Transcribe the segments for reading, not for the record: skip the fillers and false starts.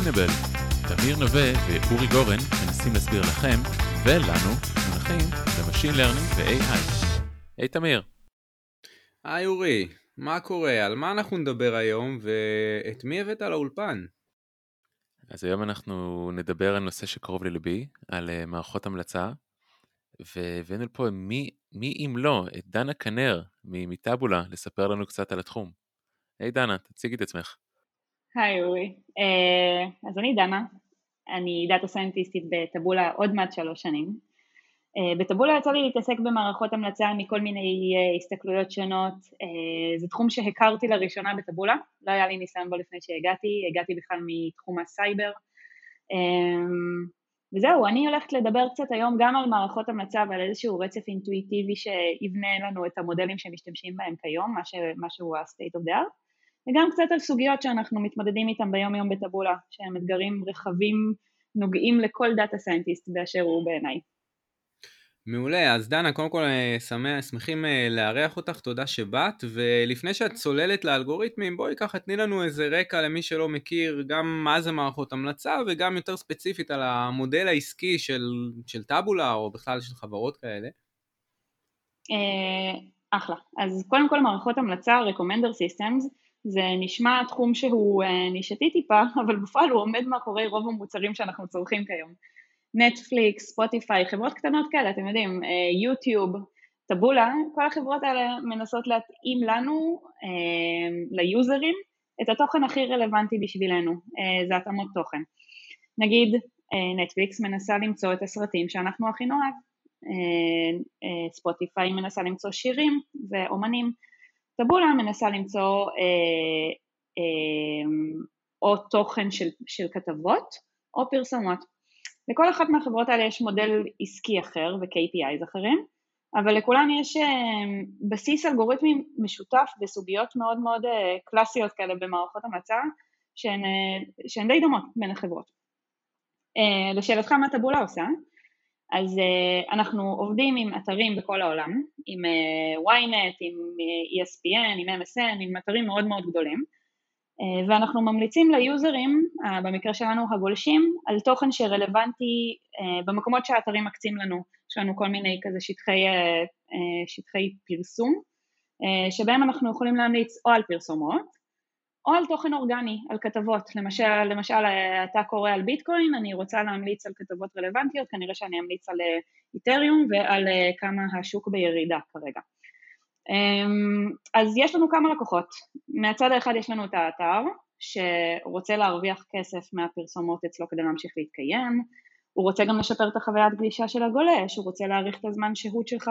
Sustainable. תמיר נווה ואורי גורן מנסים להסביר לכם ולנו מונחים במשין לרנינג ו-AI. היי תמיר. היי אורי, מה קורה? על מה אנחנו נדבר היום ואת מי הבאת לאולפן? אז היום אנחנו נדבר על נושא שקרוב ללבי, על מערכות המלצה, והבאנו לפה מי אם לא, את דנה כנר מטאבולה לספר לנו קצת על התחום. היי דנה, תציגי את עצמך. היי אורי, אז אני דנה, אני דאטה סיינטיסטית בטאבולה עוד מעט 3 שנים. בטאבולה יצא לי להתעסק במערכות המלצה מכל מיני הסתכלויות שונות. זה תחום שהכרתי לראשונה בטאבולה, לא היה לי ניסיון בו לפני הגעתי בכלל מתחום הסייבר. וזהו, אני הולכת לדבר קצת היום גם על מערכות המלצה ועל איזשהו רצף אינטואיטיבי שיבנה לנו את המודלים שמשתמשים בהם כיום, מה שהוא ה-state of the art. וגם קצת על סוגיות שאנחנו מתמודדים איתם ביום יום בטאבולה, שהם אתגרים רחבים, נוגעים לכל דאטה סיינטיסט באשר הוא בעיניי. מעולה, אז דנה, קודם כל שמחים לארח אותך, תודה שבאת, ולפני שאת צוללת לאלגוריתמים, בואי ככה תני לנו איזה רקע למי שלא מכיר, גם מה זה מערכות המלצה, וגם יותר ספציפית על המודל העסקי של טאבולה, או בכלל של חברות כאלה. אחלה, אז קודם כל מערכות המלצה, Recommender Systems, זה נשמע תחום שהוא נישתי טיפה, אבל בפועל הוא עומד מאחורי רוב המוצרים שאנחנו צורכים כיום. נטפליקס, ספוטיפיי, חברות קטנות כאלה, אתם יודעים, יוטיוב, טאבולה, כל החברות האלה מנסות להתאים לנו, ליוזרים, את התוכן הכי רלוונטי בשבילנו, זה התאמות תוכן. נגיד, נטפליקס מנסה למצוא את הסרטים שאנחנו הכי נאהב, ספוטיפיי מנסה למצוא שירים ואומנים, טאבולה מנסה למצוא או תוכן של כתבות או פרסומות. לכל אחת מהחברות האלה יש מודל עסקי אחר ו-KPIs אחרים, אבל לכולן יש בסיס אלגוריתמי משותף בסוגיות מאוד מאוד קלאסיות כאלה במערכות המלצה, שהן די דומות בין החברות. לשאלתך מה טאבולה עושה, אז אנחנו עובדים עם אתרים בכל העולם, עם ynet, עם ESPN, עם MSN, עם אתרים מאוד מאוד גדולים, ואנחנו ממליצים ליוזרים, במקרה שלנו הגולשים, על תוכן שרלוונטי במקומות שהאתרים מקצים לנו, יש לנו כל מיני כזה שטחי פרסום, שבהם אנחנו יכולים להמליץ או על פרסומות, או על תוכן אורגני, על כתבות, למשל אתה קורא על ביטקוין, אני רוצה להמליץ על כתבות רלוונטיות, כנראה שאני אמליץ על איתריום ועל כמה השוק בירידה כרגע. אז יש לנו כמה לקוחות, מהצד האחד יש לנו את האתר, שרוצה להרוויח כסף מהפרסומות אצלו כדי להמשיך להתקיים, הוא רוצה גם לשפר את החוויית גלישה של הגולש, הוא רוצה להאריך את הזמן שהות שלך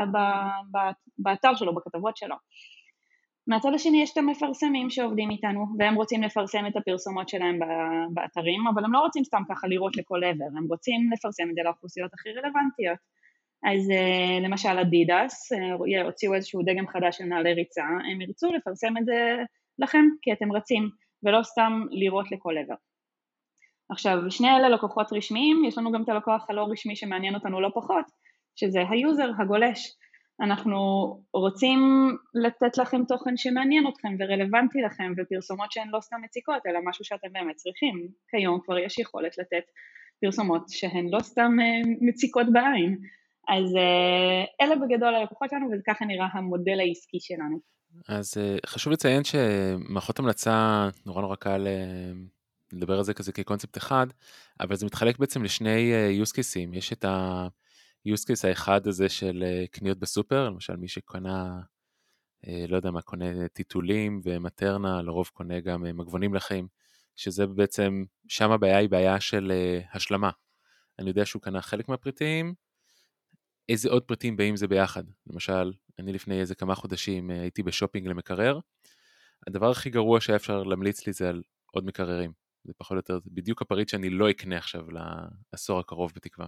באתר שלו, בכתבות שלו. מהצד השני יש את המפרסמים שעובדים איתנו, והם רוצים לפרסם את הפרסומות שלהם באתרים, אבל הם לא רוצים סתם ככה לראות לכל עבר, הם רוצים לפרסם את זה לאוכלוסיות הכי רלוונטיות. אז למשל אדידס, הוציאו איזשהו דגם חדש של נעלי ריצה, הם ירצו לפרסם את זה לכם כי אתם רצים, ולא סתם לראות לכל עבר. עכשיו, שני אלה לקוחות רשמיים, יש לנו גם את הלקוח הלא רשמי שמעניין אותנו לא פחות, שזה היוזר, הגולש. אנחנו רוצים לתת לכם תוכן שמעניין אתכם ורלוונטי לכם, ופרסומות שהן לא סתם מציקות, אלא משהו שאתם באמת צריכים. כיום כבר יש יכולת לתת פרסומות שהן לא סתם מציקות בעין. אז אלה בגדול הלקוחות שלנו, וככה נראה המודל העסקי שלנו. אז חשוב לציין שמערכות המלצה נורא קל לדבר על זה כזה כקונספט אחד, אבל זה מתחלק בעצם לשני use cases. יש את ה-use case האחד הזה של קניות בסופר, למשל מי שקונה, לא יודע מה, קונה טיטולים ומטרנה, לרוב קונה גם מגבונים לחיים, שזה בעצם, שם הבעיה היא בעיה של השלמה. אני יודע שהוא קנה חלק מהפריטים, איזה עוד פריטים באים זה ביחד. למשל, אני לפני איזה כמה חודשים הייתי בשופינג למקרר, הדבר הכי גרוע שהיה אפשר להמליץ לי זה על עוד מקררים. זה פחות או יותר, זה בדיוק הפריט שאני לא אקנה עכשיו לעשור הקרוב בתקווה.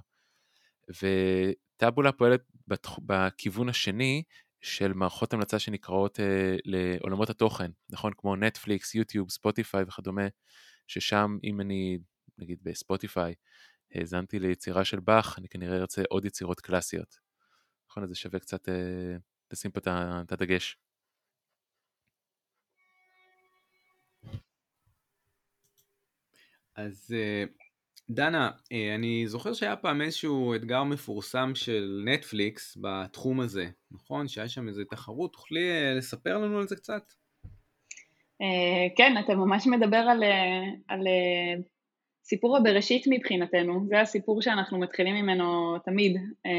וטאבולה פועלת בכיוון השני של מערכות המלצה שנקראות לעולמות התוכן, נכון? כמו נטפליקס, יוטיוב, ספוטיפיי וכדומה, ששם אם אני, נגיד בספוטיפיי, האזנתי ליצירה של באך, אני כנראה ארצה עוד יצירות קלאסיות. נכון, אז זה שווה קצת לשים פה את הדגש. אז דנה, אני זוכר שהיה פעם איזשהו אתגר מפורסם של נטפליקס בתחום הזה, נכון? שהיה שם איזו תחרות, תוכלי לספר לנו על זה קצת? כן, אתה ממש מדבר על סיפור הבראשית מבחינתנו, זה הסיפור שאנחנו מתחילים ממנו תמיד,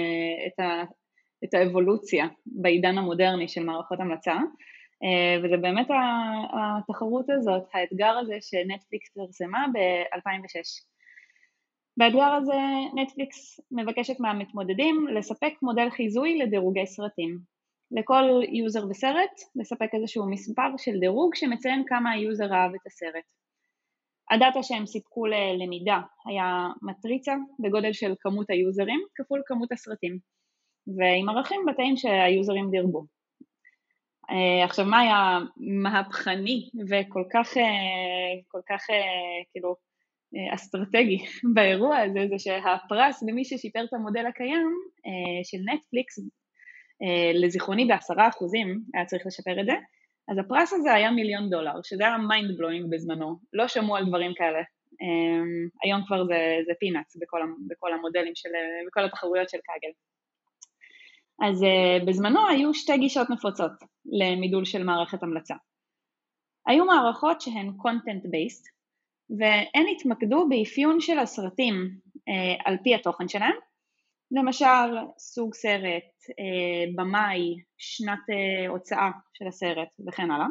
את האבולוציה בעידן המודרני של מערכות המלצה, וזה באמת התחרות הזאת, האתגר הזה שנטפליקס פרסמה ב-2006. באתגר הזה נטפליקס מבקשת מהמתמודדים לספק מודל חיזוי לדירוגי סרטים. לכל יוזר בסרט לספק איזשהו מספר של דירוג שמציין כמה היוזר אהב את הסרט. הדאטה שהם סיפקו ללמידה היה מטריצה בגודל של כמות היוזרים כפול כמות הסרטים, ועם ערכים בתאים שהיוזרים דירגו. עכשיו מה היה מהפכני וכל כך כאילו אסטרטגי באירוע הזה, זה שהפרס למי ששיפר את המודל הקיים של נטפליקס, לזיכרוני ב10% היה צריך לשפר את זה, אז הפרס הזה היה $1,000,000, שזה היה mind blowing בזמנו, לא שמעו על דברים כאלה, היום כבר זה פינאץ בכל המודלים בכל התחרויות של קאגל. אז בזמנו היו שתי גישות נפוצות למידול של מערכת המלצה. היו מערכות שהן content based, והן התמקדו באפיון של הסרטים על פי התוכן שלהם, למשל סוג סרט, במאי, שנת הוצאה של הסרט וכן הלאה,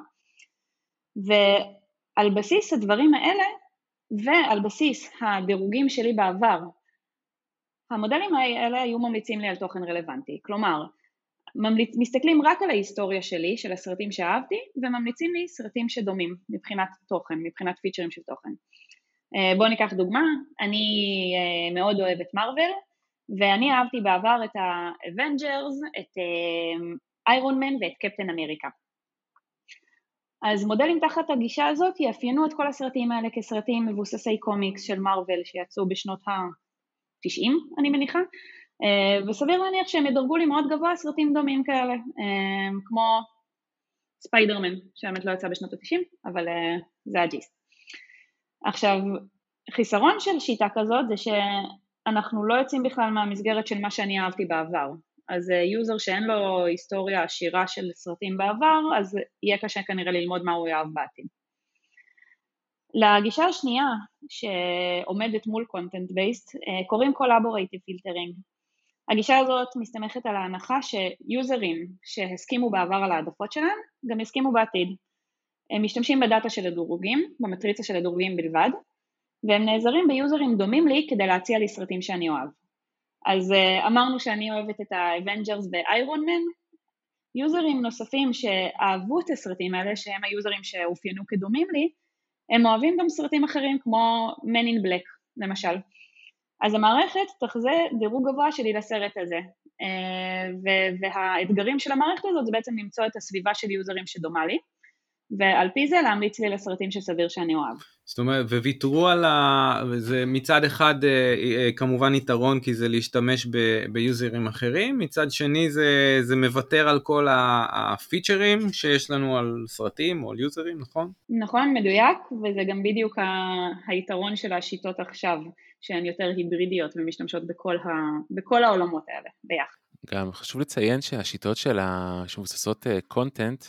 ועל בסיס הדברים האלה ועל בסיס הדירוגים שלי בעבר, המודלים האלה היו ממליצים לי על תוכן רלוונטי, כלומר מסתכלים רק על ההיסטוריה שלי, של הסרטים שאהבתי, וממליצים לי סרטים שדומים מבחינת תוכן, מבחינת פיצ'רים של תוכן. בואו ניקח דוגמה, אני מאוד אוהבת מרוול, ואני אהבתי בעבר את האבנג'רס, את איירון מן ואת קפטן אמריקה. אז מודלים תחת הגישה הזאת יאפיינו את כל הסרטים האלה כסרטים מבוססי קומיקס של מרוול שיצאו בשנות ה-90, אני מניחה, וסביר להניח שהם ידרגו לי מאוד גבוה סרטים דומים כאלה, כמו ספיידרמן, שהאמת לא יצא בשנות ה-90, אבל זה הג'יסט. עכשיו, חיסרון של שיטה כזאת זה שאנחנו לא יוצאים בכלל מהמסגרת של מה שאני אהבתי בעבר, אז יוזר שאין לו היסטוריה עשירה של סרטים בעבר, אז יהיה קשה כנראה ללמוד מה הוא יאהב בעתיד. לגישה השנייה שעומדת מול content based קוראים collaborative filtering. הגישה הזאת מסתמכת על ההנחה שיוזרים שהסכימו בעבר על העדפות שלהם גם יסכימו בעתיד. הם משתמשים בדאטה של הדירוגים, במטריצה של הדירוגים בלבד, והם נעזרים ביוזרים דומים לי כדי להציע לי סרטים שאני אוהב. אז אמרנו שאני אוהבת את האבנג'רס באיירון מן, יוזרים נוספים שאהבו את הסרטים האלה, שהם היוזרים שהאופיינו כדומים לי, הם אוהבים גם סרטים אחרים כמו Men in Black למשל. אז המערכת תחזה דירוג גבוה שלי לסרט הזה, והאתגרים של המערכת הזאת זה בעצם למצוא את הסביבה של יוזרים שדומה לי, ועל פי זה להמליץ לי לסרטים שסביר שאני אוהב. זאת אומרת, וויתרו על זה מצד אחד כמובן יתרון כי זה להשתמש ביוזרים אחרים, מצד שני זה מוותר על כל הפיצ'רים שיש לנו על סרטים או על יוזרים, נכון? נכון, מדויק, וזה גם בדיוק היתרון של השיטות עכשיו, שהן יותר היברידיות ומשתמשות בכל העולמות האלה ביחד. גם חשוב לציין שהשיטות שמבוססות קונטנט,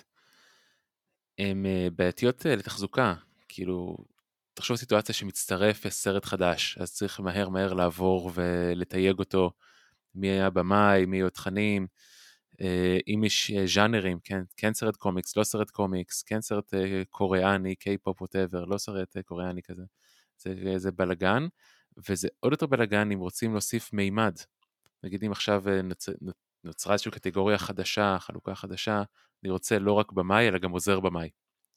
הן בעייתיות לתחזוקה, כאילו, תחשוב סיטואציה שמצטרף סרט חדש, אז צריך מהר לעבור ולתייג אותו, מי היה במאי, מי היו תכנים, אם יש ז'אנרים, כן סרט קומיקס, לא סרט קומיקס, כן סרט קוריאני, קיי-פופ ווטאבר, לא סרט קוריאני כזה, זה בלגן, וזה עוד יותר בלגן אם רוצים להוסיף מימד, נגיד אם עכשיו נוצרה איזושהי קטגוריה חדשה, חלוקה חדשה, אני רוצה לא רק במאי, אלא גם עוזר במאי.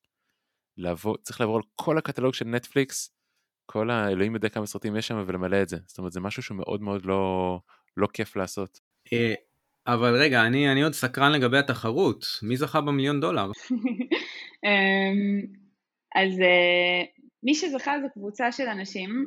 צריך לעבור על כל הקטלוג של נטפליקס, כל האלוהים יודע כמה סרטים יש שם, ולמלא את זה. זאת אומרת, זה משהו שהוא מאוד מאוד לא כיף לעשות. אבל רגע, אני עוד סקרן לגבי התחרות. מי זכה ב$1,000,000? אז מי שזכה זו קבוצה של אנשים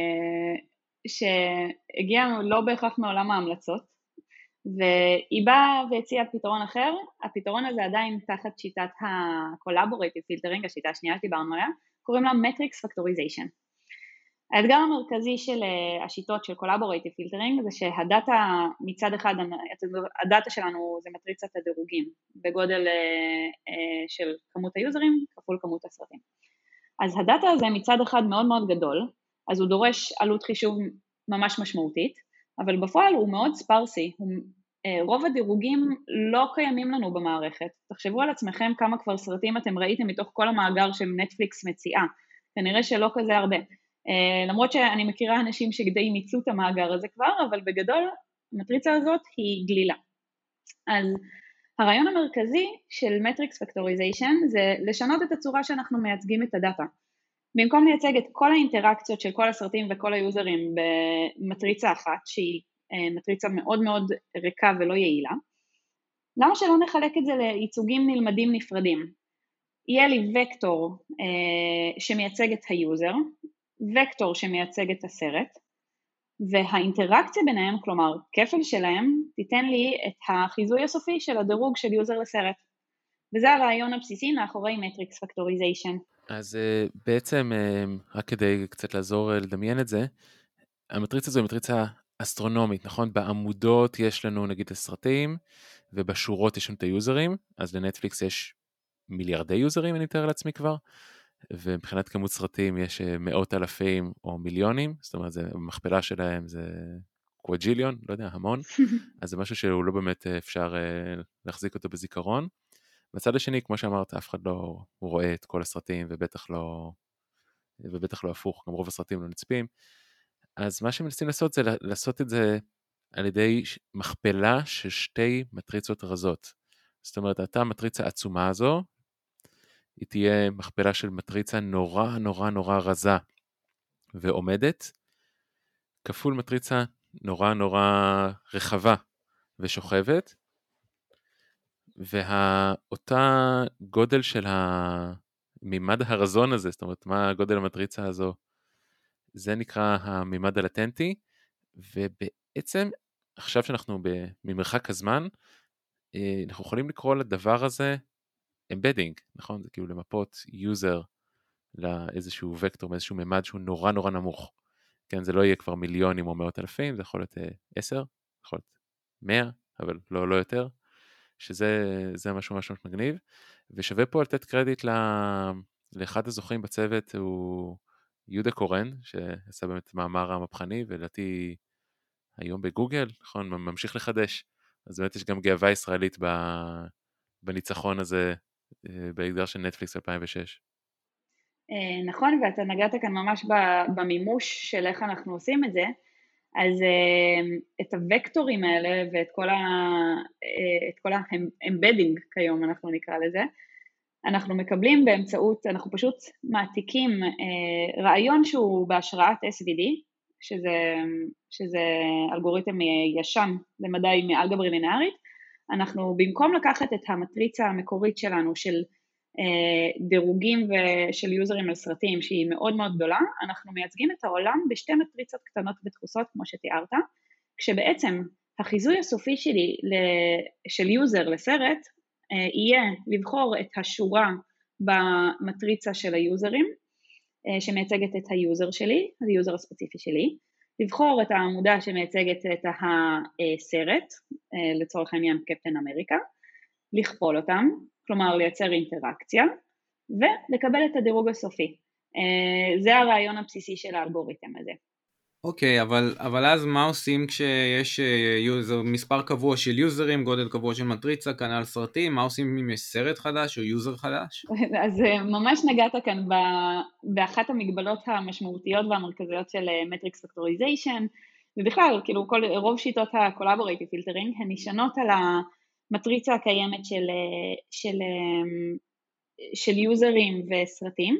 שהגיעה לא בהכרח מעולם ההמלצות, והיא באה והציעה פתרון אחר. הפתרון הזה עדיין תחת שיטת ה-collaborative filtering, השיטה השנייה שדיברנו עליה, קוראים לה matrix factorization. האתגר המרכזי של השיטות של Collaborative Filtering זה שהדאטה מצד אחד, הדאטה שלנו זה מטריצת הדירוגים בגודל של כמות היוזרים כפול כמות הסרטים. אז הדאטה הזה מצד אחד מאוד מאוד גדול, אז הוא דורש עלות חישוב ממש משמעותית, אבל בפועל הוא מאוד ספרסי, רוב הדירוגים לא קיימים לנו במערכת. תחשבו על עצמכם כמה כבר סרטים אתם ראיתם מתוך כל המאגר שנטפליקס מציעה, כנראה שלא כזה הרבה. למרות שאני מכירה אנשים שדי מיצו את המאגר הזה כבר, אבל בגדול המטריצה הזאת היא גלילה. אז הרעיון המרכזי של Matrix Factorization זה לשנות את הצורה שאנחנו מייצגים את הדאטה. במקום לייצג את כל האינטראקציות של כל הסרטים וכל היוזרים במטריצה אחת, שהיא מטריצה מאוד מאוד ריקה ולא יעילה, למה שלא נחלק את זה לייצוגים נלמדים נפרדים? יהיה לי וקטור שמייצג את היוזר, וקטור שמייצג את הסרט, והאינטראקציה ביניהם, כלומר כפל שלהם, תיתן לי את החיזוי הסופי של הדירוג של יוזר לסרט. וזה הרעיון הבסיסי מאחורי Matrix Factorization. אז בעצם, רק כדי קצת לעזור לדמיין את זה, המטריצה הזו היא מטריצה אסטרונומית, נכון? בעמודות יש לנו נגיד הסרטים, ובשורות יש לנו את היוזרים, אז לנטפליקס יש מיליארדי יוזרים, אני מתאר לעצמי כבר, ומבחינת כמות סרטים יש מאות אלפים או מיליונים, זאת אומרת, המכפלה שלהם זה קוואג'יליון, לא יודע, המון, אז זה משהו שהוא לא באמת אפשר להחזיק אותו בזיכרון. בצד השני, כמו שאמרת, אף אחד לא רואה את כל הסרטים, ובטח לא הפוך, גם רוב הסרטים לא נצפים, אז מה שמנסים לעשות זה לעשות את זה על ידי מכפלה של שתי מטריצות רזות. זאת אומרת, אתה המטריצה העצומה הזו, היא תהיה מכפלה של מטריצה נורא נורא נורא רזה ועומדת, כפול מטריצה נורא נורא רחבה ושוכבת, ואותה גודל של המימד הרזון הזה, זאת אומרת, מה גודל המטריצה הזו, זה נקרא המימד הלטנטי, ובעצם עכשיו שאנחנו ממרחק הזמן, אנחנו יכולים לקרוא לדבר הזה embedding, נכון? זה כאילו למפות user לאיזשהו וקטור, מאיזשהו ממד שהוא נורא נורא נמוך. כן, זה לא יהיה כבר מיליונים או מאות אלפים, זה יכול להיות 10, יכול להיות 100, אבל לא יותר, שזה משהו ממש מגניב, ושווה פה לתת קרדיט לאחד הזוכים בצוות, הוא יהודה קורן, שעשה באמת מאמר המהפכני, ולדעתי היום בגוגל, נכון, ממשיך לחדש, אז באמת יש גם גאווה ישראלית בניצחון הזה, באתגר של נטפליקס 2006. נכון, ואתה נגעת כאן ממש במימוש של איך אנחנו עושים את זה, אז את הוקטורים האלה ואת כל האמבדינג כיום אנחנו נקרא לזה, אנחנו מקבלים באמצעות, אנחנו פשוט מעתיקים רעיון שהוא בהשראת SVD, שזה אלגוריתם ישן למדי מאלגברה לינארית, אנחנו במקום לקחת את המטריצה המקורית שלנו של דירוגים ושל יוזרים על סרטים שהיא מאוד מאוד גדולה, אנחנו מייצגים את העולם בשתי מטריצות קטנות ודחוסות כמו שתיארת, כשבעצם החיזוי הסופי שלי של יוזר לסרט יהיה לבחור את השורה במטריצה של היוזרים שמייצגת את היוזר שלי, היוזר הספציפי שלי, לבחור את העמודה שמייצגת את הסרט, לצורך העניין קפטן אמריקה, לכפול אותם, כלומר לייצר אינטראקציה, ולקבל את הדירוג הסופי. זה הרעיון הבסיסי של האלגוריתם הזה. אוקיי, אבל אז מה עושים כשיש מספר קבוע של יוזרים, גודל קבוע של מטריצה, כנ"ל סרטים, מה עושים אם יש סרט חדש או יוזר חדש? אז ממש נגעת כאן באחת המגבלות המשמעותיות והמרכזיות של Matrix Factorization, ובכלל, כאילו רוב שיטות ה-Collaborative Filtering הן נשענות על המטריצה הקיימת של יוזרים וסרטים,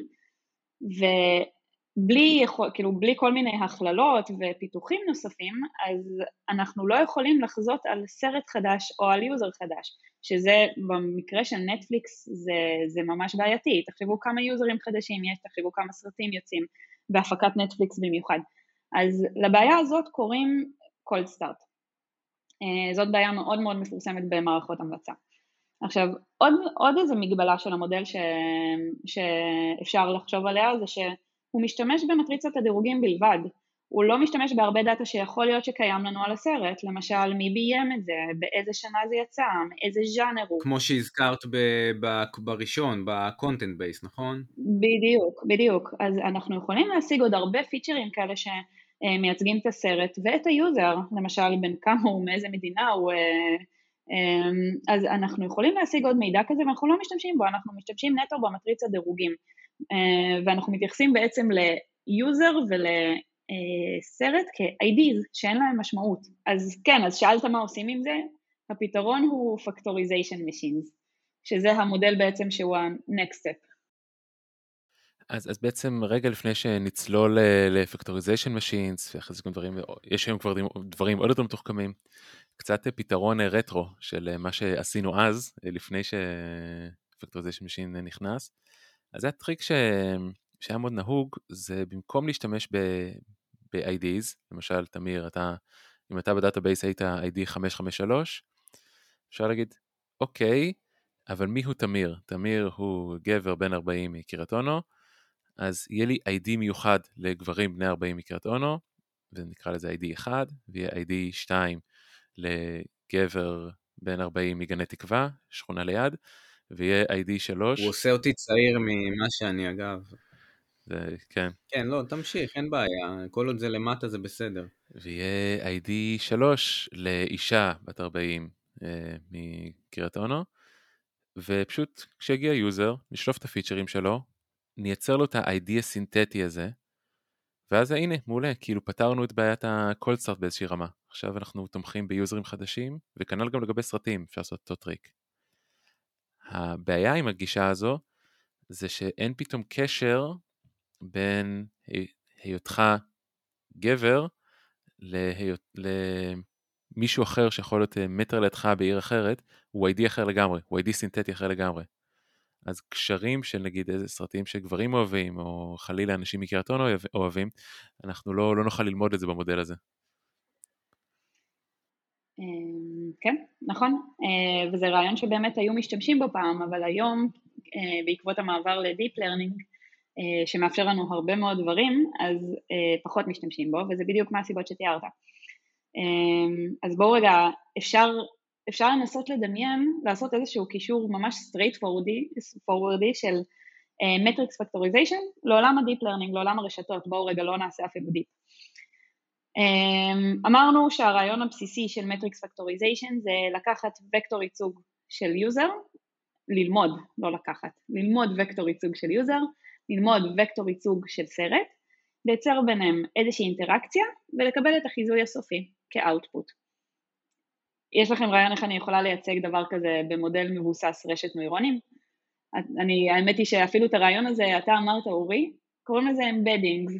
ובלי כל מיני הכללות ופיתוחים נוספים, אז אנחנו לא יכולים לחזות על סרט חדש או על יוזר חדש, שזה במקרה של נטפליקס זה ממש בעייתי. תחשבו כמה יוזרים חדשים יש, תחשבו כמה סרטים יוצאים בהפקת נטפליקס במיוחד. אז לבעיה הזאת קוראים cold start. זאת בעיה מאוד מאוד מפורסמת במערכות המלצה. עכשיו, עוד איזו מגבלה של המודל שאפשר לחשוב עליה, זה הוא משתמש במטריצת הדירוגים בלבד, הוא לא משתמש בהרבה דאטה שיכול להיות שקיים לנו על הסרט, למשל מי ביים את זה, באיזה שנה זה יצא, איזה ז'אנר הוא. כמו שהזכרת בראשון, ב-content base, נכון? בדיוק. אז אנחנו יכולים להשיג עוד הרבה פיצ'רים כאלה שמייצגים את הסרט ואת היוזר, למשל בין כמה הוא, מאיזה מדינה הוא, אז אנחנו יכולים להשיג עוד מידע כזה ואנחנו לא משתמשים בו, אנחנו משתמשים נטו במטריצת דירוגים, ואנחנו מתייחסים בעצם ליוזר ולסרט כ-IDs שאין להם משמעות. אז כן, אז שאלת מה עושים עם זה? הפתרון הוא Factorization Machines, שזה המודל בעצם שהוא ה-next step. אז בעצם רגע לפני שנצלול ל-Factorization Machines, ואחרי זה גם יש היום כבר דברים עוד יותר מתוחכמים, קצת פתרון רטרו של מה שעשינו אז, לפני ש-Factorization Machine נכנס. אז זה הטריק שהיה מאוד נהוג, זה במקום להשתמש ב-IDs, למשל, תמיר, אם אתה בדאטאבייס היית ID 553, אפשר להגיד, אוקיי, אבל מי הוא תמיר? תמיר הוא גבר בן 40 מקריית אונו, אז יהיה לי ID מיוחד לגברים בני 40 מקריית אונו, ונקרא לזה ID 1, ויהיה ID 2 לגבר בן 40 מגני תקווה, שכונה ליד, ויהיה ID 3. הוא עושה אותי צעיר ממה שאני אגב. כן. כן, לא, תמשיך, אין בעיה, כל עוד זה למטה זה בסדר. ויהיה ID 3 לאישה בת 40 מקריית אונו, ופשוט כשיגיע יוזר, נשלוף את הפיצ'רים שלו, נייצר לו את ה-ID הסינתטי הזה, ואז הנה, מעולה, כאילו פתרנו את בעיית ה-cold start באיזושהי רמה. עכשיו אנחנו תומכים ביוזרים חדשים, וכנ"ל גם לגבי סרטים, אפשר לעשות אותו טריק. הבעיה עם הגישה הזו, זה שאין פתאום קשר בין היותך גבר, למישהו אחר שיכול להיות מטר לידך בעיר אחרת, הוא ID אחר לגמרי, הוא ID סינתטי אחר לגמרי. אז קשרים של נגיד איזה סרטים שגברים אוהבים, או חלילה אנשים מקריית אונו אוהבים, אנחנו לא נוכל ללמוד את זה במודל הזה. כן, נכון, וזה רעיון שבאמת היו משתמשים בו פעם, אבל היום בעקבות המעבר ל-Deep Learning, שמאפשר לנו הרבה מאוד דברים, אז פחות משתמשים בו, וזה בדיוק מה הסיבות שתיארת. אז בואו רגע, אפשר לנסות לדמיין, לעשות איזשהו קישור ממש straightforwardי של Matrix Factorization לעולם ה-Deep Learning, לעולם הרשתות. בואו רגע לא נעשה אפילו Deep. אמרנו שהרעיון הבסיסי של Matrix Factorization זה לקחת וקטור ייצוג של יוזר, ללמוד וקטור ייצוג של יוזר, ללמוד וקטור ייצוג של סרט, לייצר ביניהם איזושהי אינטראקציה ולקבל את החיזוי הסופי כאוטפוט. יש לכם רעיון איך אני יכולה לייצג דבר כזה במודל מבוסס רשת נוירונים? האמת היא שאפילו את הרעיון הזה אתה אמרת אורי, קוראים לזה embeddings,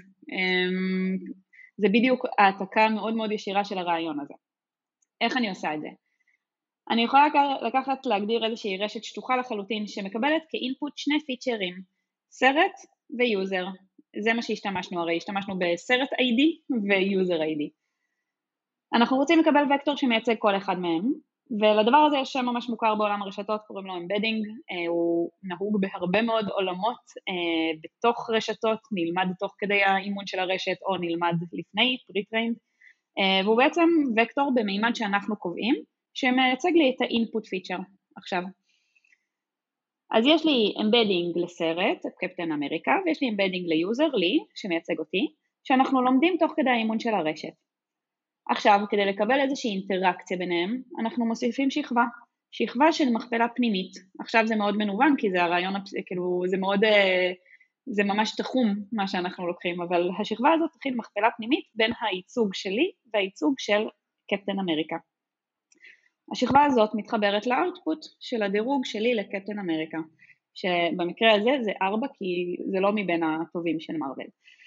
זה בדיוק העתקה מאוד מאוד ישירה של הרעיון הזה. איך אני עושה את זה? אני יכולה להגדיר איזושהי רשת שטוחה לחלוטין שמקבלת כאינפוט שני פיצ'רים, סרט ויוזר. זה מה שהשתמשנו, הרי השתמשנו בסרט ID ויוזר ID. אנחנו רוצים לקבל וקטור שמייצג כל אחד מהם, ולדבר הזה יש שם ממש מוכר בעולם הרשתות, קוראים לו אמבדינג, הוא נהוג בהרבה מאוד עולמות, בתוך רשתות, נלמד תוך כדי האימון של הרשת, או נלמד לפני, pre-trained, והוא בעצם וקטור במימד שאנחנו קובעים, שמייצג לי את האינפוט פיצ'ר. עכשיו, אז יש לי אמבדינג לסרט, קפטן אמריקה, ויש לי אמבדינג ליוזר, לי, שמייצג אותי, שאנחנו לומדים תוך כדי האימון של הרשת. עכשיו, כדי לקבל איזושהי אינטראקציה ביניהם, אנחנו מוסיפים שכבה של מכפלה פנימית. עכשיו זה מאוד מנוון, כי זה הרעיון, כאילו, זה ממש תחום מה שאנחנו לוקחים, אבל השכבה הזאת תכיל מכפלה פנימית בין הייצוג שלי והייצוג של קפטן אמריקה. השכבה הזאת מתחברת לאוטפוט של הדירוג שלי לקפטן אמריקה, שבמקרה הזה זה 4, כי זה לא מבין הטובים של מרוול.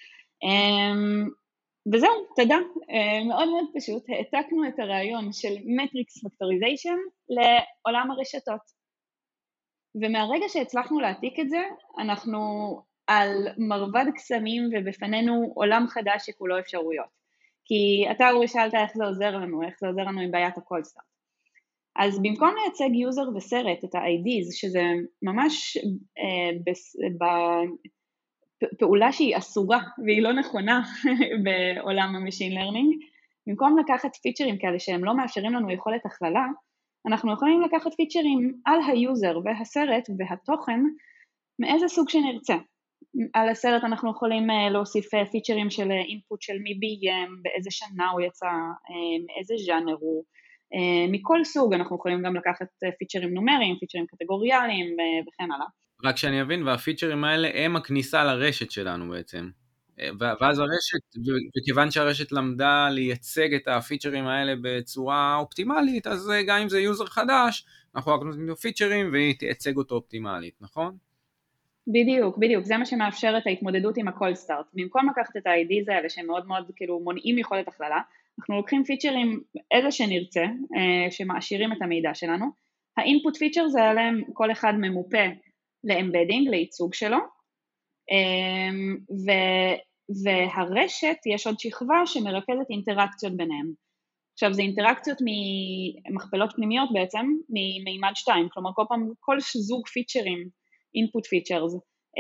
וזהו, תודה, מאוד מאוד פשוט, העתקנו את הרעיון של Matrix Factorization לעולם הרשתות, ומהרגע שהצלחנו להעתיק את זה, אנחנו על מרבד קסמים ובפנינו עולם חדש שכולו אפשרויות, כי אתה אורי שאלת איך זה עוזר לנו עם בעיית ה-cold start, אז במקום לייצג יוזר וסרט את ה-IDs, שזה ממש פעולה שהיא אסורה והיא לא נכונה בעולם המשין לרנינג, במקום לקחת פיצ'רים כאלה שהם לא מאפשרים לנו יכולת הכללה, אנחנו יכולים לקחת פיצ'רים על היוזר והסרט והתוכן מאיזה סוג שנרצה. על הסרט אנחנו יכולים להוסיף פיצ'רים של אינפוט של מי ביים, באיזה שנה הוא יצא, מאיזה ז'אנר הוא, מכל סוג. אנחנו יכולים גם לקחת פיצ'רים נומריים, פיצ'רים קטגוריאליים וכן הלאה. רק שאני אבין, והפיצ'רים האלה הם הכניסה לרשת שלנו בעצם. ואז הרשת, וכיוון שהרשת למדה לייצג את הפיצ'רים האלה בצורה אופטימלית, אז גם אם זה יוזר חדש, אנחנו רק נותנים לו פיצ'רים והיא תייצג אותו אופטימלית, נכון? בדיוק, בדיוק, זה מה שמאפשר את ההתמודדות עם הכל סטארט. במקום לקחת את ה-IDs האלה שהם מאוד מאוד כאילו מונעים יכולת הכללה, אנחנו לוקחים פיצ'רים איזה שנרצה, שמעשירים את המידע שלנו. האינפוט פיצ'רס האלה כל אחד ממופה לאמבדינג, לייצוג שלו, והרשת יש עוד שכבה שמרכזת אינטראקציות ביניהם. עכשיו זה אינטראקציות ממכפלות פנימיות בעצם, ממימד 2, כלומר כל זוג פיצ'רים, input features,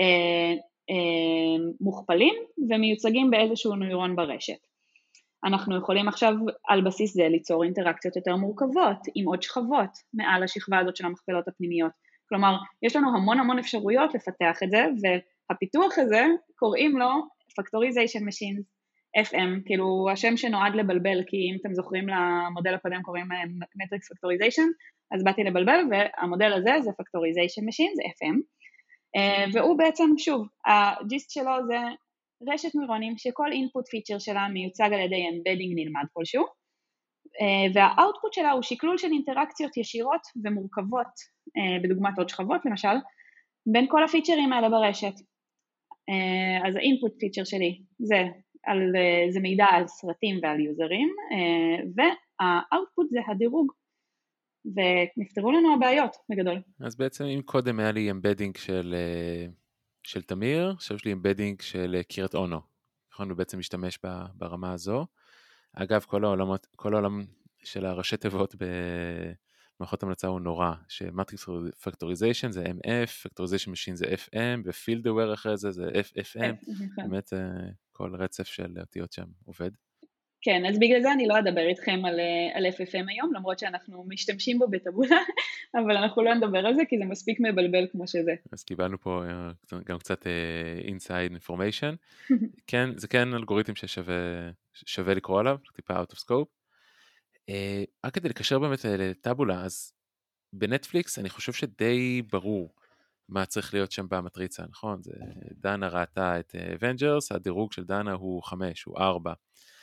מוכפלים ומיוצגים באיזשהו נוירון ברשת. אנחנו יכולים עכשיו על בסיס זה ליצור אינטראקציות יותר מורכבות, עם עוד שכבות מעל השכבה הזאת של המכפלות הפנימיות. כלומר, יש לנו המון אפשרויות לפתח את זה, והפיתוח הזה קוראים לו Factorization Machines, FM, כאילו השם שנועד לבלבל, כי אם אתם זוכרים למודל הקודם קוראים Matrix Factorization, אז באתי לבלבל, והמודל הזה זה Factorization Machines, זה FM, והוא בעצם, שוב, הג'יסט שלו זה רשת נוירונים שכל input feature שלה מיוצג על ידי embedding נלמד כלשהו, והאוטפוט שלה הוא שקלול של אינטראקציות ישירות ומורכבות, בדוגמת עוד שכבות למשל, בין כל הפיצ'רים האלה ברשת. אז ה-input feature שלי זה מידע על סרטים ועל יוזרים, והאוטפוט זה הדירוג, ונפתרו לנו הבעיות בגדול. אז בעצם אם קודם היה לי אמבדינג של תמיר, עכשיו יש לי אמבדינג של קירת אונו. יכולנו בעצם להשתמש ברמה הזו. אגב, כל העולם של הראשי תיבות במערכות המלצה הוא נורא, שמטריקס פקטוריזיישן זה MF, פקטוריזיישן משין זה FM, ופילד אוור אחרי זה זה FFM, באמת כל רצף של אותיות שם עובד. כן, אז בגלל זה אני לא אדבר איתכם על FFM היום, למרות שאנחנו משתמשים בו בטבולה, אבל אנחנו לא נדבר על זה, כי זה מספיק מבלבל כמו שזה. אז קיבלנו פה גם קצת inside information. כן, זה כן אלגוריתם ששווה לקרוא עליו, טיפה out of scope. רק כדי לקשר באמת לטבולה, אז בנטפליקס אני חושב שדי ברור מה צריך להיות שם במטריצה, נכון? דנה ראתה את Avengers, הדירוג של דנה הוא 5, הוא 4.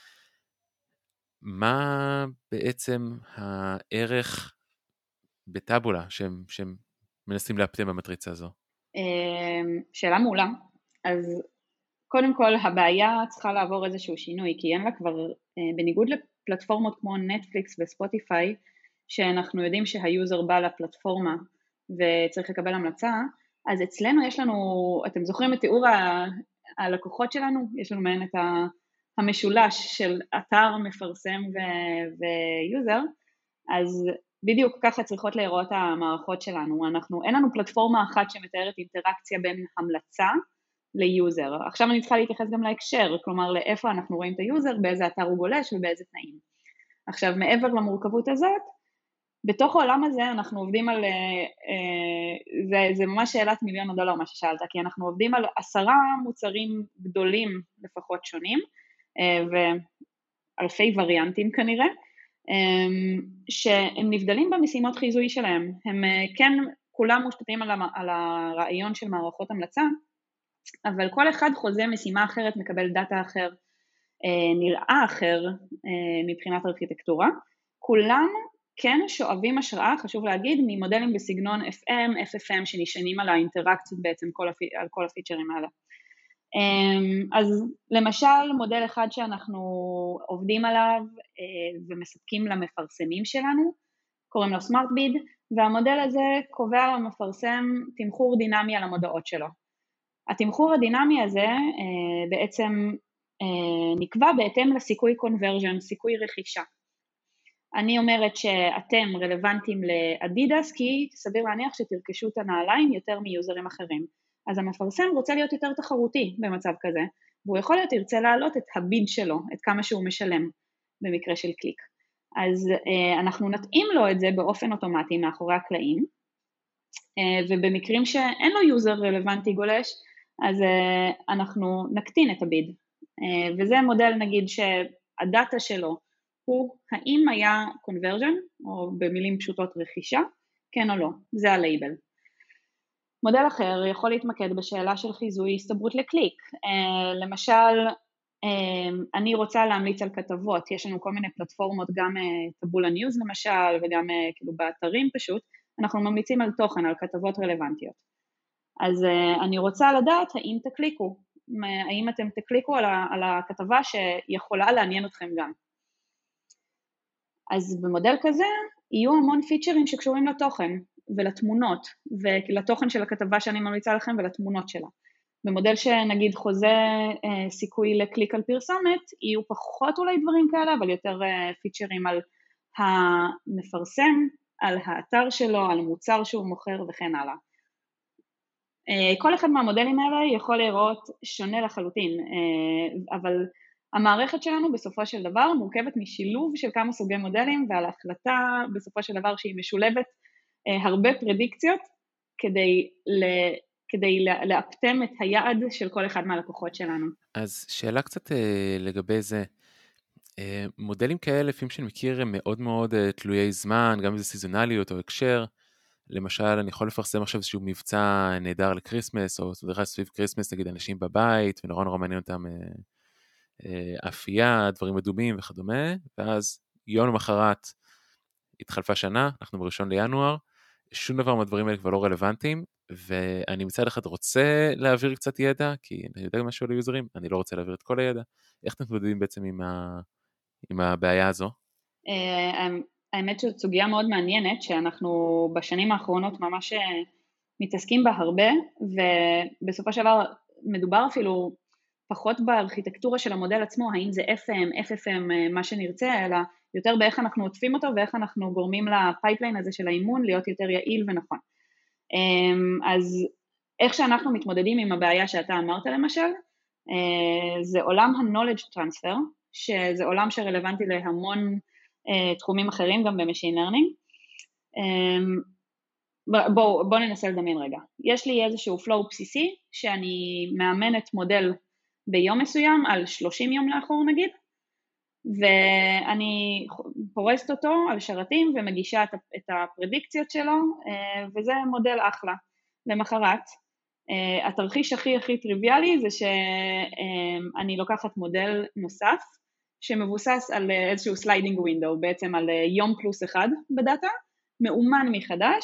מה בעצם הערך בטבולה שהם מנסים להפתם במטריצה הזו? שאלה מעולה. אז קודם כל הבעיה צריכה לעבור איזשהו שינוי, כי אין לה כבר, בניגוד לפלטפורמות כמו נטפליקס וספוטיפיי, שאנחנו יודעים שהיוזר בא לפלטפורמה וצריך לקבל המלצה, אז אצלנו יש לנו, אתם זוכרים את תיאור הלקוחות שלנו? יש לנו מעין את המשולש של אתר, מפרסם ויוזר, אז בדיוק ככה צריכות להיראות המערכות שלנו. אין לנו פלטפורמה אחת שמתארת אינטראקציה בין המלצה ליוזר. עכשיו אני צריכה להתייחס גם להקשר, כלומר לאיפה אנחנו רואים את היוזר, באיזה אתר הוא גולש ובאיזה תנאים. עכשיו מעבר למורכבות הזאת, בתוך העולם הזה אנחנו עובדים על, זה ממש שאלת $1,000,000 מה ששאלת, כי אנחנו עובדים על 10 מוצרים גדולים לפחות שונים, ואלפי וריאנטים כנראה, שהם נבדלים במשימות חיזוי שלהם. הם כן כולם מושתתים על הרעיון של מערכות המלצה, אבל כל אחד חוזה משימה אחרת, מקבל דאטה אחר, נראה אחר מבחינת ארכיטקטורה. כולם כן שואבים השראה, חשוב להגיד, ממודלים בסגנון FM, FFM, שנשענים על האינטראקציות בעצם על כל הפיצ'רים האלה. אז למשל מודל אחד שאנחנו עובדים עליו ומספקים למפרסמים שלנו, קוראים לו SmartBid, והמודל הזה קובע למפרסם תמחור דינמי על המודעות שלו. התמחור הדינמי הזה בעצם נקבע בהתאם לסיכוי conversion, סיכוי רכישה. אני אומרת שאתם רלוונטיים לאדידס, כי סביר להניח שתרכשו את הנעליים יותר מיוזרים אחרים. אז המפרסם רוצה להיות יותר תחרותי במצב כזה, והוא יכול להיות ירצה להעלות את הביד שלו, את כמה שהוא משלם במקרה של קליק. אז אנחנו נתאים לו את זה באופן אוטומטי מאחורי הקלעים, ובמקרים שאין לו יוזר רלוונטי גולש, אז אנחנו נקטין את הביד. וזה מודל נגיד שהדאטה שלו הוא האם היה conversion, או במילים פשוטות רכישה, כן או לא, זה הלייבל. מודל אחר יכול להתמקד בשאלה של חיזוי הסתברות לקליק. למשל, אני רוצה להמליץ על כתבות, יש לנו כל מיני פלטפורמות, גם טבולה ניוז למשל, וגם כאילו באתרים פשוט, אנחנו ממליצים על תוכן, על כתבות רלוונטיות. אז אני רוצה לדעת האם תקליקו, האם אתם תקליקו על הכתבה שיכולה לעניין אתכם גם. אז במודל כזה יהיו המון פיצ'רים שקשורים לתוכן ולתמונות, ולתוכן של הכתבה שאני ממליצה לכם ולתמונות שלה. במודל שנגיד חוזה סיכוי לקליק על פרסומת, יהיו פחות אולי דברים כאלה, אבל יותר פיצ'רים על המפרסם, על האתר שלו, על מוצר שהוא מוכר וכן הלאה. כל אחד מהמודלים האלה יכול להיראות שונה לחלוטין, אבל המערכת שלנו בסופו של דבר מורכבת משילוב של כמה סוגי מודלים, ועל ההחלטה בסופו של דבר שהיא משולבת הרבה פרדיקציות כדי לאפטם את היעד של כל אחד מהלקוחות שלנו. אז שאלה קצת לגבי זה, מודלים כאלה לפעמים שאני מכיר הם מאוד מאוד תלויי זמן, גם אם זה סיזונליות או הקשר, למשל אני יכול לפרסם עכשיו איזשהו מבצע נהדר לקריסמס, או דרך סביב קריסמס נגיד אנשים בבית, ונורא נורא מעניין אותם אפייה, דברים מדומים וכדומה, ואז יום למחרת התחלפה שנה, אנחנו ב1 לינואר, שום דבר מהדברים האלה כבר לא רלוונטיים, ואני מצד אחד רוצה להעביר קצת ידע, כי אני יודע משהו על היוזרים, אני לא רוצה להעביר את כל הידע. איך אתם מתמודדים בעצם עם הבעיה הזו? האמת שזו סוגיה מאוד מעניינת, שאנחנו בשנים האחרונות ממש מתעסקים בה הרבה, ובסופו של דבר מדובר אפילו פחות בארכיטקטורה של המודל עצמו, האם זה FM, FFM, מה שנרצה, אלא יותר באיך אנחנו עוטפים אותו, ואיך אנחנו גורמים לפייפליין הזה של האימון להיות יותר יעיל ונכון. אז איך שאנחנו מתמודדים עם הבעיה שאתה אמרת למשל, זה עולם ה-knowledge transfer, שזה עולם שרלוונטי להמון תחומים אחרים, גם ב-machine learning. בואו ננסה לדמיין רגע. יש לי איזשהו flow בסיסי, שאני מאמנת מודל ביום מסוים, על 30 יום לאחור נגיד, ואני פורסת אותו על שרתים ומגישה את הפרדיקציות שלו, וזה מודל אחלה. למחרת, התרחיש הכי טריוויאלי זה שאני לוקחת מודל נוסף, שמבוסס על איזשהו sliding window, בעצם על יום פלוס אחד בדאטה, מאומן מחדש,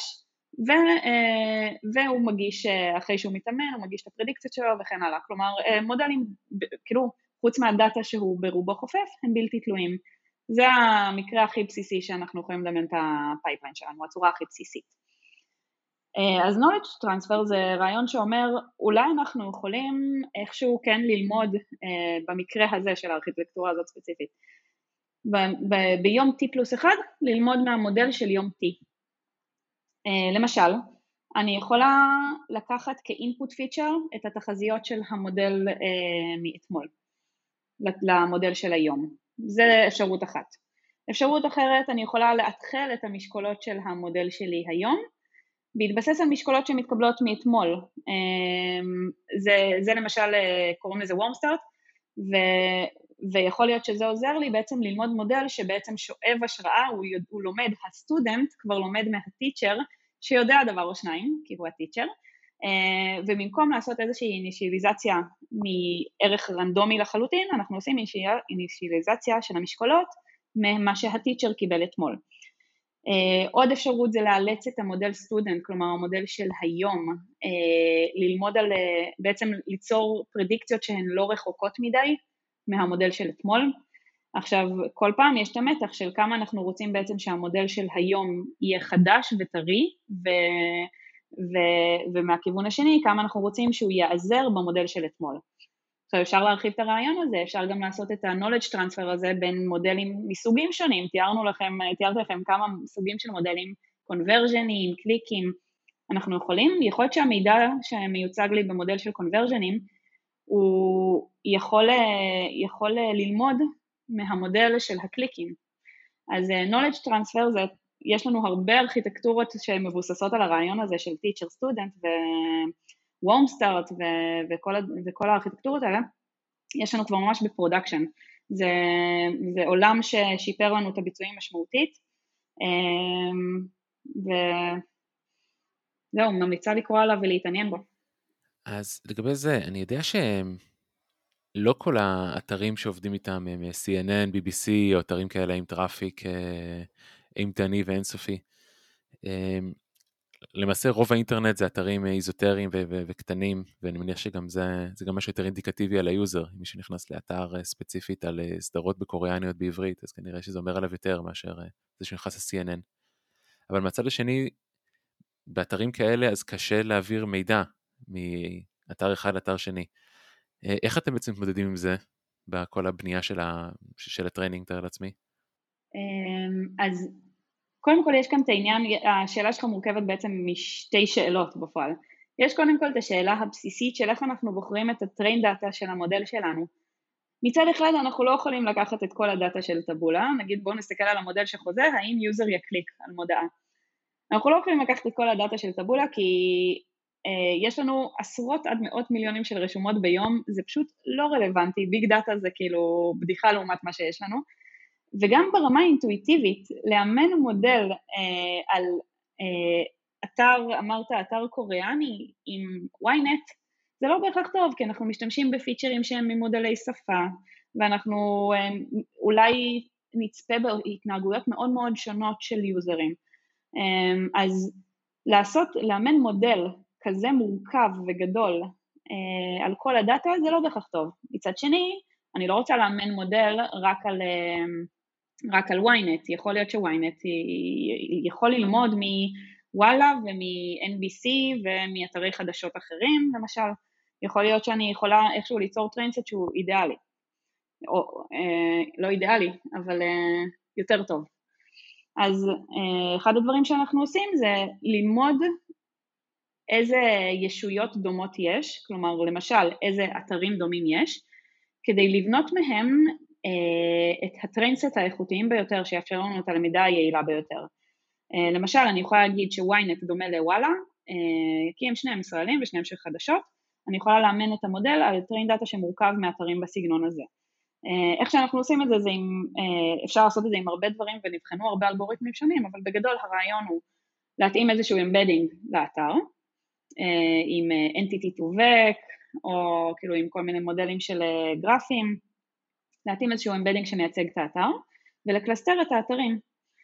והוא מגיש, אחרי שהוא מתאמן, הוא מגיש את הפרדיקציות שלו וכן הלאה. כלומר, מודלים, כאילו, חוץ מהדאטה שהוא ברובו חופף, הם בלתי תלויים. זה המקרה הכי בסיסי שאנחנו יכולים לדמיין את הפייפליין שלנו, הצורה הכי בסיסית. אז knowledge transfer זה רעיון שאומר, אולי אנחנו יכולים איכשהו כן ללמוד במקרה הזה של הארכיטקטורה הזאת ספציפית. ביום T+1 ללמוד מהמודל של יום T. למשל, אני יכולה לקחת כאינפוט פיצ'ר את התחזיות של המודל מאתמול, למודל של היום. זה אפשרות אחת. אפשרות אחרת, אני יכולה להתחיל את המשקולות של המודל שלי היום, בהתבסס על משקולות שמתקבלות מאתמול. זה למשל, קוראים לזה warm start, ויכול להיות שזה עוזר לי בעצם ללמוד מודל שבעצם שואב השראה, הוא לומד, הסטודנט כבר לומד מהטיצ'ר, שיודע דבר או שניים, כי הוא הטיצ'ר, ובמקום לעשות איזושהי אינישיאליזציה מערך רנדומי לחלוטין, אנחנו עושים אינישיאליזציה של המשקולות, ממה שהטיצ'ר קיבל אתמול. עוד אפשרות זה לאלץ את המודל סטודנט, כלומר המודל של היום, ללמוד על, בעצם ליצור פרדיקציות שהן לא רחוקות מדי מהמודל של אתמול. עכשיו, כל פעם יש את המתח של כמה אנחנו רוצים בעצם שהמודל של היום יהיה חדש וטרי, ומהכיוון השני, כמה אנחנו רוצים שהוא יעזר במודל של אתמול. עכשיו, אפשר להרחיב את הרעיון הזה, אפשר גם לעשות את ה-knowledge transfer הזה בין מודלים מסוגים שונים, תיארתי לכם כמה סוגים של מודלים, קונברג'נים, קליקים, אנחנו יכול להיות שהמידע שמיוצג לי במודל של קונברז'נים, הוא יכול ללמוד מהמודל של הקליקים. אז knowledge transfer זה, יש לנו הרבה ארכיטקטורות שמבוססות על הרעיון הזה של teacher student ו-warm start וכל הארכיטקטורות האלה, יש לנו כבר ממש בפרודקשן. זה עולם ששיפר לנו את הביצועים משמעותית, וזהו, ממליצה לקרוא עליו ולהתעניין בו. אז לגבי זה, אני יודע שלא כל האתרים שעובדים איתם הם CNN, BBC או אתרים כאלה עם טראפיק אימתני ואינסופי. למעשה רוב האינטרנט זה אתרים איזוטריים וקטנים, ואני מניח שגם זה גם משהו יותר אינדיקטיבי על היוזר. אם מישהו נכנס לאתר ספציפית על סדרות בקוריאניות בעברית, אז כנראה שזה אומר עליו יותר מאשר זה שנכנס ל-CNN. אבל מהצד השני, באתרים כאלה אז קשה להעביר מידע מאתר אחד לאתר שני. איך אתם בעצם מתמודדים עם זה בכל הבנייה של הטריינינג, תאר לעצמי? אז קודם כל יש כאן את העניין, השאלה שלך מורכבת בעצם משתי שאלות בפועל. יש קודם כל את השאלה הבסיסית של איך אנחנו בוחרים את הטריין דאטה של המודל שלנו. מצד אחד אנחנו לא יכולים לקחת את כל הדאטה של טבולה, נגיד בואו נסתכל על המודל שחוזר, האם יוזר יקליק על מודעה. אנחנו לא יכולים לקחת את כל הדאטה של טבולה כי יש לנו עשרות עד מאות מיליונים של רשומות ביום, זה פשוט לא רלוונטי, ביג דאטה זה כאילו בדיחה לעומת מה שיש לנו, וגם ברמה האינטואיטיבית, לאמן מודל על אתר, אמרת אתר קוריאני עם ynet, זה לא בהכרח טוב, כי אנחנו משתמשים בפיצ'רים שהם ממודלי שפה, ואנחנו אולי נצפה בהתנהגויות מאוד מאוד שונות של יוזרים. אז לאמן מודל כזה מורכב וגדול על כל הדאטה, זה לא בהכרח טוב. מצד שני, אני לא רוצה לאמן מודל רק על ynet, יכול להיות ש-ynet יכול ללמוד מוואלה ומ-NBC ומאתרי חדשות אחרים, למשל, יכול להיות שאני יכולה איכשהו ליצור טריינסט שהוא אידיאלי, או לא אידיאלי, אבל יותר טוב. אז אחד הדברים שאנחנו עושים זה ללמוד איזה ישויות דומות יש, כלומר למשל איזה אתרים דומים יש, כדי לבנות מהם את הטריינסט האיכותיים ביותר שיאפשר לנו את הלמידה היעילה ביותר. למשל אני יכולה להגיד ש-ynet דומה לוואלה, כי הם שניהם ישראלים ושניהם של חדשות, אני יכולה לאמן את המודל על טריין דאטה שמורכב מאתרים בסגנון הזה. איך שאנחנו עושים את זה, אפשר לעשות את זה עם הרבה דברים ונבחנו הרבה אלגוריתמים שונים, אבל בגדול הרעיון הוא להתאים איזשהו אמבדינג לאתר, עם entity to vec, או כאילו עם כל מיני מודלים של גרפים, להתאים איזשהו אמבדינג שמייצג את האתר, ולקלסטר את האתרים.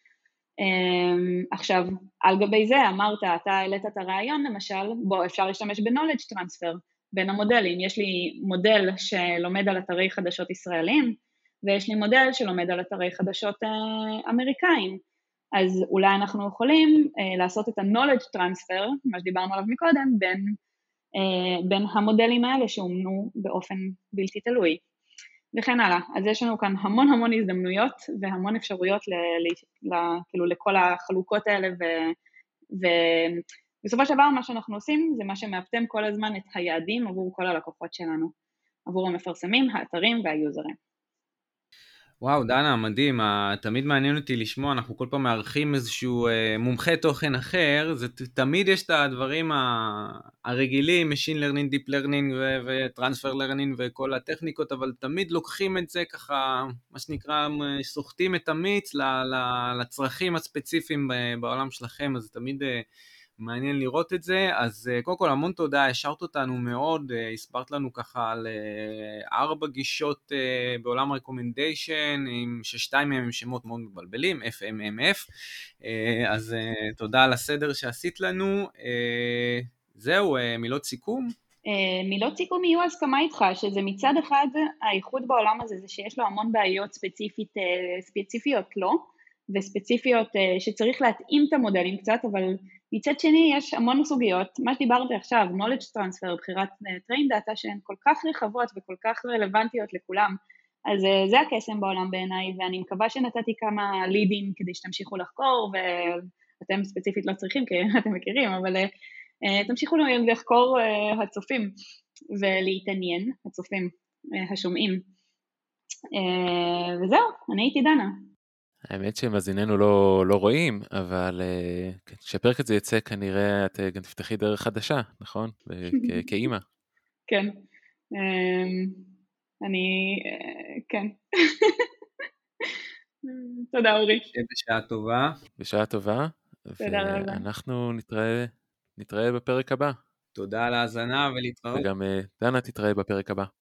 עכשיו, על גבי זה אמרת, אתה העלית את הרעיון למשל, בו אפשר להשתמש ב-knowledge transfer בין המודלים, יש לי מודל שלומד על אתרי חדשות ישראלים, ויש לי מודל שלומד על אתרי חדשות אמריקאים, אז אולי אנחנו יכולים לעשות את ה-knowledge transfer, מה שדיברנו עליו מקודם, בין המודלים האלה שאומנו באופן בלתי תלוי, וכן הלאה. אז יש לנו כאן המון הזדמנויות והמון אפשרויות כאילו לכל החלוקות האלה, ובסופו של דבר מה שאנחנו עושים זה מה שמאפתם כל הזמן את היעדים עבור כל הלקוחות שלנו, עבור המפרסמים, האתרים והיוזרים. וואו, דנה, מדהים, תמיד מעניין אותי לשמוע, אנחנו כל פעם מארחים איזשהו מומחה תוכן אחר, תמיד יש את הדברים הרגילים, Machine Learning, Deep Learning ו-Transfer Learning וכל הטכניקות, אבל תמיד לוקחים את זה ככה, מה שנקרא, סוחטים את המיץ לצרכים הספציפיים בעולם שלכם, אז תמיד מעניין לראות את זה. אז קודם כל המון תודה, השארת אותנו מאוד, הסברת לנו ככה על 4 גישות בעולם הרקומנדיישן, ששתיים מהם הם שמות מאוד מבלבלים, FMMF, אז תודה על הסדר שעשית לנו. זהו, מילות סיכום? מילות סיכום יהיו הסכמה איתך, שזה מצד אחד האיחוד בעולם הזה, זה שיש לו המון בעיות ספציפיות לא, וספציפיות שצריך להתאים את המודלים קצת, אבל מצד שני יש המון סוגיות, מה שדיברתי עכשיו, knowledge transfer, בחירת train data, שהן כל כך רחבות וכל כך רלוונטיות לכולם, אז זה הקסם בעולם בעיניי, ואני מקווה שנתתי כמה לידים כדי שתמשיכו לחקור אתם ספציפית לא צריכים, כי אתם מכירים, אבל תמשיכו לחקור הצופים ולהתעניין, הצופים, השומעים. וזהו, אני הייתי דנה. האמת שמאזיננו לא רואים, אבל כשהפרק הזה יצא כנראה את גם תפתחי דרך חדשה, נכון? כאימא. כן. כן. תודה אורי. בשעה טובה. בשעה טובה. תודה רבה. ואנחנו נתראה בפרק הבא. תודה על ההאזנה ולהתראות. וגם דנה תתראה בפרק הבא.